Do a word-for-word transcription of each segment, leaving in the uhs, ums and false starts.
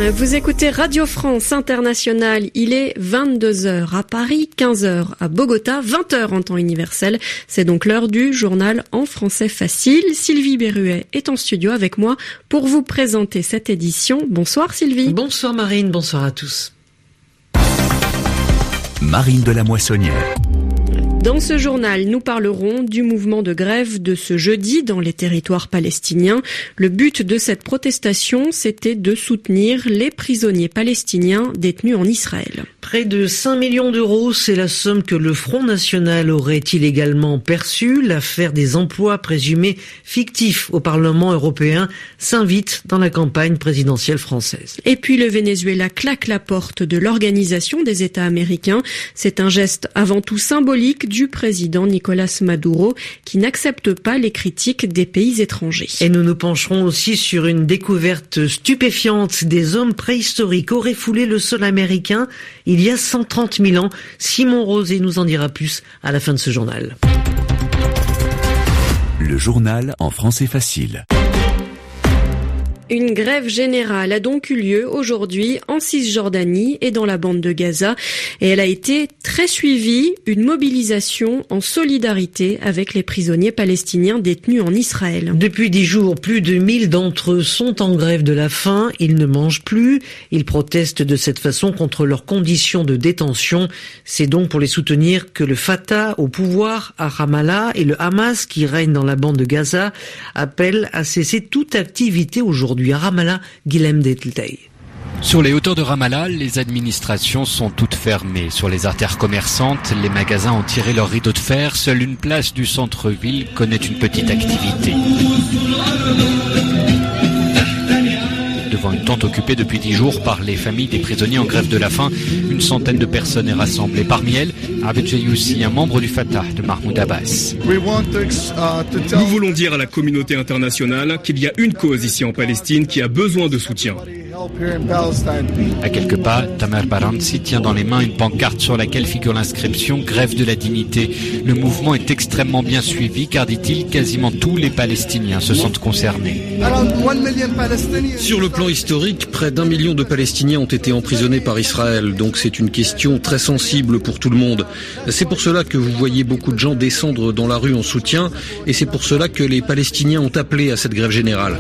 Vous écoutez Radio France Internationale, il est vingt-deux heures à Paris, quinze heures à Bogota, vingt heures en temps universel. C'est donc l'heure du journal en français facile. Sylvie Berruet est en studio avec moi pour vous présenter cette édition. Bonsoir Sylvie. Bonsoir Marine, bonsoir à tous. Marine de la Moissonnière. Dans ce journal, nous parlerons du mouvement de grève de ce jeudi dans les territoires palestiniens. Le but de cette protestation, c'était de soutenir les prisonniers palestiniens détenus en Israël. Près de cinq millions d'euros, c'est la somme que le Front National aurait illégalement perçue. L'affaire des emplois présumés fictifs au Parlement européen s'invite dans la campagne présidentielle française. Et puis le Venezuela claque la porte de l'Organisation des États américains. C'est un geste avant tout symbolique du président Nicolás Maduro qui n'accepte pas les critiques des pays étrangers. Et nous nous pencherons aussi sur une découverte stupéfiante. Des hommes préhistoriques auraient foulé le sol américain il y a cent trente mille ans. Simon Rosé nous en dira plus à la fin de ce journal. Le journal en français facile. Une grève générale a donc eu lieu aujourd'hui en Cisjordanie et dans la bande de Gaza et elle a été très suivie, une mobilisation en solidarité avec les prisonniers palestiniens détenus en Israël. Depuis dix jours, plus de mille d'entre eux sont en grève de la faim, ils ne mangent plus, ils protestent de cette façon contre leurs conditions de détention. C'est donc pour les soutenir que le Fatah au pouvoir à Ramallah et le Hamas qui règne dans la bande de Gaza appellent à cesser toute activité aujourd'hui. À Ramallah, Guilhem Deltay. Sur les hauteurs de Ramallah, les administrations sont toutes fermées. Sur les artères commerçantes, les magasins ont tiré leurs rideaux de fer. Seule une place du centre-ville connaît une petite activité. Devant une tente occupée depuis dix jours par les familles des prisonniers en grève de la faim, une centaine de personnes est rassemblée. Parmi elles, Abed Jayoussi, un membre du Fatah de Mahmoud Abbas. Nous voulons dire à la communauté internationale qu'il y a une cause ici en Palestine qui a besoin de soutien. À quelques pas, Tamer Baransi tient dans les mains une pancarte sur laquelle figure l'inscription « Grève de la dignité ». Le mouvement est extrêmement bien suivi car, dit-il, quasiment tous les Palestiniens se sentent concernés. Sur le plan historique, près d'un million de Palestiniens ont été emprisonnés par Israël, donc c'est une question très sensible pour tout le monde. C'est pour cela que vous voyez beaucoup de gens descendre dans la rue en soutien et c'est pour cela que les Palestiniens ont appelé à cette grève générale.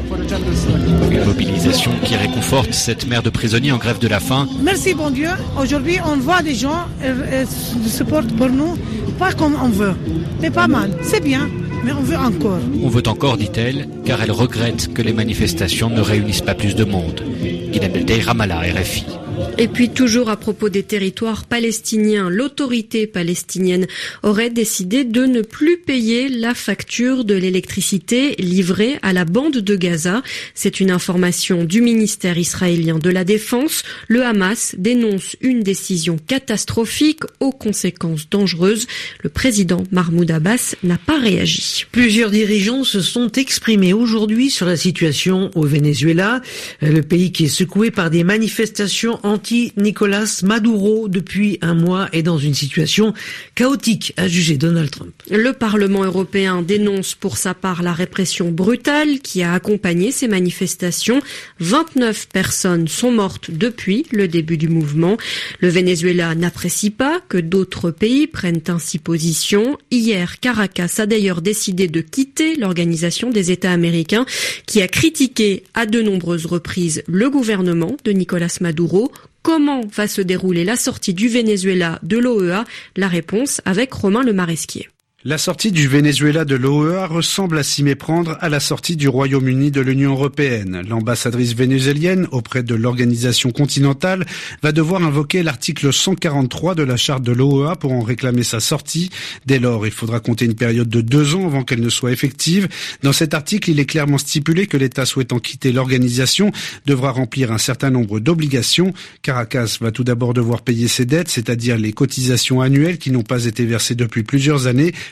Une mobilisation qui réconforte cette mère de prisonniers en grève de la faim. Merci bon Dieu, aujourd'hui on voit des gens euh, euh, se portent pour nous, pas comme on veut, mais pas mal, c'est bien. Mais on veut encore. On veut encore, dit-elle, car elle regrette que les manifestations ne réunissent pas plus de monde. Guilhem Deltay, Ramallah, R F I. Et puis toujours à propos des territoires palestiniens, l'autorité palestinienne aurait décidé de ne plus payer la facture de l'électricité livrée à la bande de Gaza. C'est une information du ministère israélien de la Défense. Le Hamas dénonce une décision catastrophique aux conséquences dangereuses. Le président Mahmoud Abbas n'a pas réagi. Plusieurs dirigeants se sont exprimés aujourd'hui sur la situation au Venezuela, le pays qui est secoué par des manifestations anti-Nicolás Maduro depuis un mois est dans une situation chaotique, a jugé Donald Trump. Le Parlement européen dénonce pour sa part la répression brutale qui a accompagné ces manifestations. vingt-neuf personnes sont mortes depuis le début du mouvement. Le Venezuela n'apprécie pas que d'autres pays prennent ainsi position. Hier, Caracas a d'ailleurs décidé de quitter l'Organisation des États américains qui a critiqué à de nombreuses reprises le gouvernement de Nicolás Maduro. Comment va se dérouler la sortie du Venezuela de l'O E A? La réponse avec Romain Lemaresquier. La sortie du Venezuela de l'O E A ressemble à s'y méprendre à la sortie du Royaume-Uni de l'Union européenne. L'ambassadrice vénézuélienne auprès de l'organisation continentale va devoir invoquer l'article cent quarante-trois de la charte de l'O E A pour en réclamer sa sortie. Dès lors, il faudra compter une période de deux ans avant qu'elle ne soit effective. Dans cet article, il est clairement stipulé que l'État souhaitant quitter l'organisation devra remplir un certain nombre d'obligations. Caracas va tout d'abord devoir payer ses dettes, c'est-à-dire les cotisations annuelles qui n'ont pas été versées depuis plusieurs années,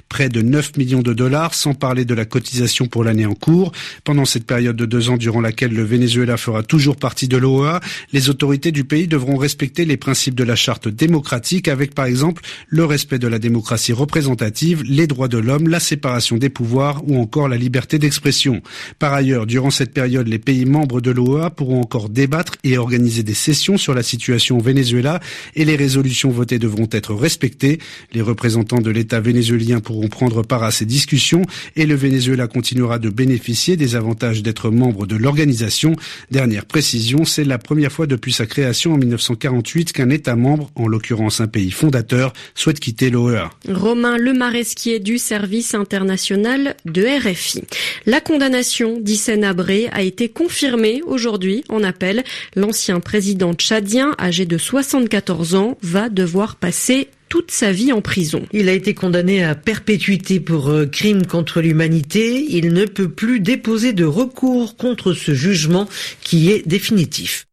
près de neuf millions de dollars, sans parler de la cotisation pour l'année en cours. Pendant cette période de deux ans durant laquelle le Venezuela fera toujours partie de l'O E A, les autorités du pays devront respecter les principes de la charte démocratique avec par exemple le respect de la démocratie représentative, les droits de l'homme, la séparation des pouvoirs ou encore la liberté d'expression. Par ailleurs, durant cette période, les pays membres de l'O E A pourront encore débattre et organiser des sessions sur la situation au Venezuela et les résolutions votées devront être respectées. Les représentants de l'État vénézuélien pourront prendre part à ces discussions et le Venezuela continuera de bénéficier des avantages d'être membre de l'organisation. Dernière précision, c'est la première fois depuis sa création en mille neuf cent quarante-huit qu'un État membre, en l'occurrence un pays fondateur, souhaite quitter l'O E A. Romain Lemaresquier du service international de R F I. La condamnation d'Hissène Habré a été confirmée aujourd'hui en appel. L'ancien président tchadien, âgé de soixante-quatorze ans, va devoir passer toute sa vie en prison. Il a été condamné à perpétuité pour euh, crime contre l'humanité. Il ne peut plus déposer de recours contre ce jugement qui est définitif.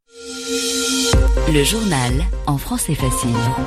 Le journal en français facile.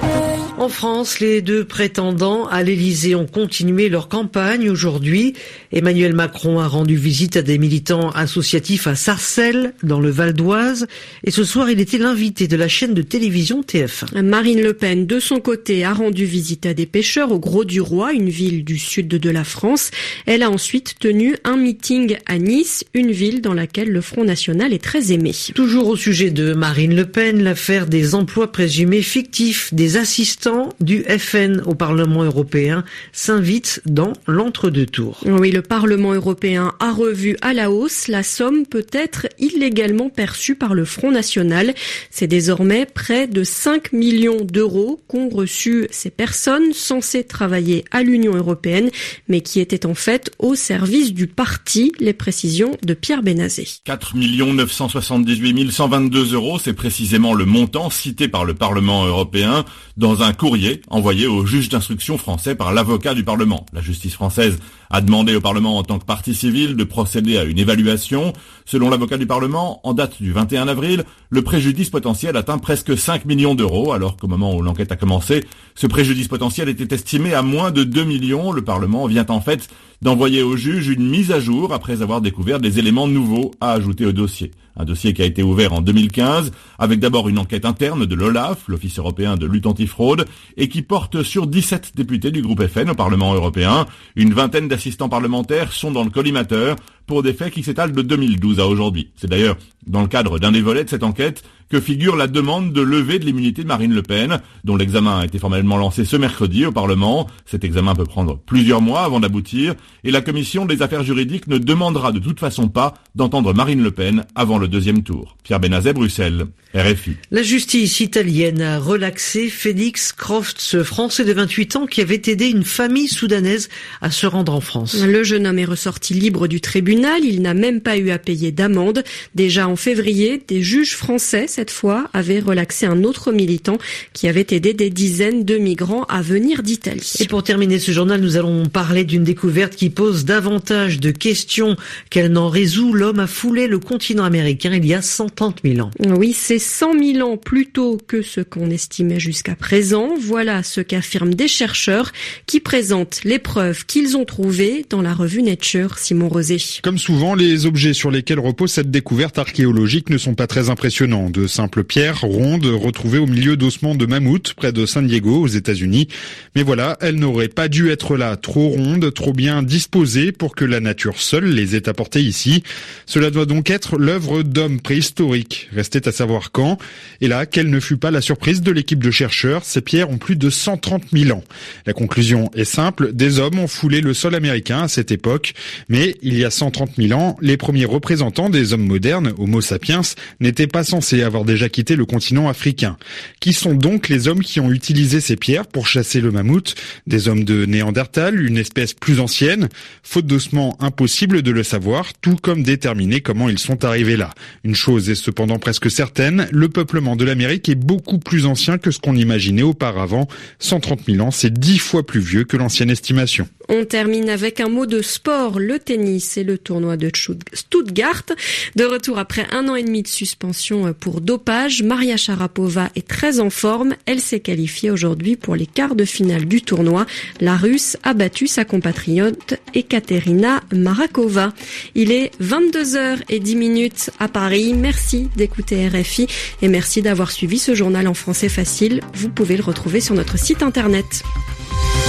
En France, les deux prétendants à l'Élysée ont continué leur campagne aujourd'hui. Emmanuel Macron a rendu visite à des militants associatifs à Sarcelles, dans le Val d'Oise. Et ce soir, il était l'invité de la chaîne de télévision T F un. Marine Le Pen, de son côté, a rendu visite à des pêcheurs au Gros-du-Roi, une ville du sud de la France. Elle a ensuite tenu un meeting à Nice, une ville dans laquelle le Front National est très aimé. Toujours au sujet de Marine Le Pen, l'affaire des emplois présumés fictifs des assistants du F N au Parlement européen s'invite dans l'entre-deux tours. Oui, le Parlement européen a revu à la hausse la somme peut-être illégalement perçue par le Front National. C'est désormais près de cinq millions d'euros qu'ont reçu ces personnes censées travailler à l'Union européenne, mais qui étaient en fait au service du parti. Les précisions de Pierre Benazé. quatre millions neuf cent soixante-dix-huit mille cent vingt-deux euros, c'est précisément le montant cité par le Parlement européen dans un courrier envoyé au juge d'instruction français par l'avocat du Parlement. La justice française a demandé au Parlement en tant que partie civile de procéder à une évaluation. Selon l'avocat du Parlement, en date du vingt et un avril, le préjudice potentiel atteint presque cinq millions d'euros, alors qu'au moment où l'enquête a commencé, ce préjudice potentiel était estimé à moins de deux millions. Le Parlement vient en fait d'envoyer au juge une mise à jour après avoir découvert des éléments nouveaux à ajouter au dossier. Un dossier qui a été ouvert en deux mille quinze, avec d'abord une enquête interne de l'OLAF, l'Office européen de lutte antifraude, et qui porte sur dix-sept députés du groupe F N au Parlement européen. Une vingtaine d'assistants parlementaires sont dans le collimateur pour des faits qui s'étalent de deux mille douze à aujourd'hui. C'est d'ailleurs dans le cadre d'un des volets de cette enquête que figure la demande de levée de l'immunité de Marine Le Pen, dont l'examen a été formellement lancé ce mercredi au Parlement. Cet examen peut prendre plusieurs mois avant d'aboutir, et la commission des affaires juridiques ne demandera de toute façon pas d'entendre Marine Le Pen avant le deuxième tour. Pierre Benazet, Bruxelles, R F I. La justice italienne a relaxé Félix Croft, ce Français de vingt-huit ans qui avait aidé une famille soudanaise à se rendre en France. Le jeune homme est ressorti libre du tribunal. Il n'a même pas eu à payer d'amende. Déjà en février, des juges français, cette fois, avaient relaxé un autre militant qui avait aidé des dizaines de migrants à venir d'Italie. Et pour terminer ce journal, nous allons parler d'une découverte qui pose davantage de questions qu'elle n'en résout. L'homme a foulé le continent américain il y a cent trente mille ans. Oui, c'est cent mille ans plus tôt que ce qu'on estimait jusqu'à présent. Voilà ce qu'affirment des chercheurs qui présentent les preuves qu'ils ont trouvées dans la revue Nature. Simon Rosé. Comme souvent, les objets sur lesquels repose cette découverte archéologique ne sont pas très impressionnants. De simples pierres rondes retrouvées au milieu d'ossements de mammouth près de San Diego aux États-Unis. Mais voilà, elles n'auraient pas dû être là, trop rondes, trop bien disposées pour que la nature seule les ait apportées ici. Cela doit donc être l'œuvre d'hommes préhistoriques. Restait à savoir quand. Et là, quelle ne fut pas la surprise de l'équipe de chercheurs, ces pierres ont plus de cent trente mille ans. La conclusion est simple, des hommes ont foulé le sol américain à cette époque, mais il y a cent trente mille ans, les premiers représentants des hommes modernes, Homo sapiens, n'étaient pas censés avoir déjà quitté le continent africain. Qui sont donc les hommes qui ont utilisé ces pierres pour chasser le mammouth? Des hommes de Néandertal, une espèce plus ancienne? Faute d'ossements, impossible de le savoir, tout comme déterminer comment ils sont arrivés là. Une chose est cependant presque certaine, le peuplement de l'Amérique est beaucoup plus ancien que ce qu'on imaginait auparavant. cent trente mille ans, c'est dix fois plus vieux que l'ancienne estimation. On termine avec un mot de sport, le tennis et le tournoi de Stuttgart. De retour après un an et demi de suspension pour dopage, Maria Sharapova est très en forme. Elle s'est qualifiée aujourd'hui pour les quarts de finale du tournoi. La Russe a battu sa compatriote Ekaterina Marakova. Il est vingt-deux heures dix minutes à Paris. Merci d'écouter R F I et merci d'avoir suivi ce journal en français facile. Vous pouvez le retrouver sur notre site internet.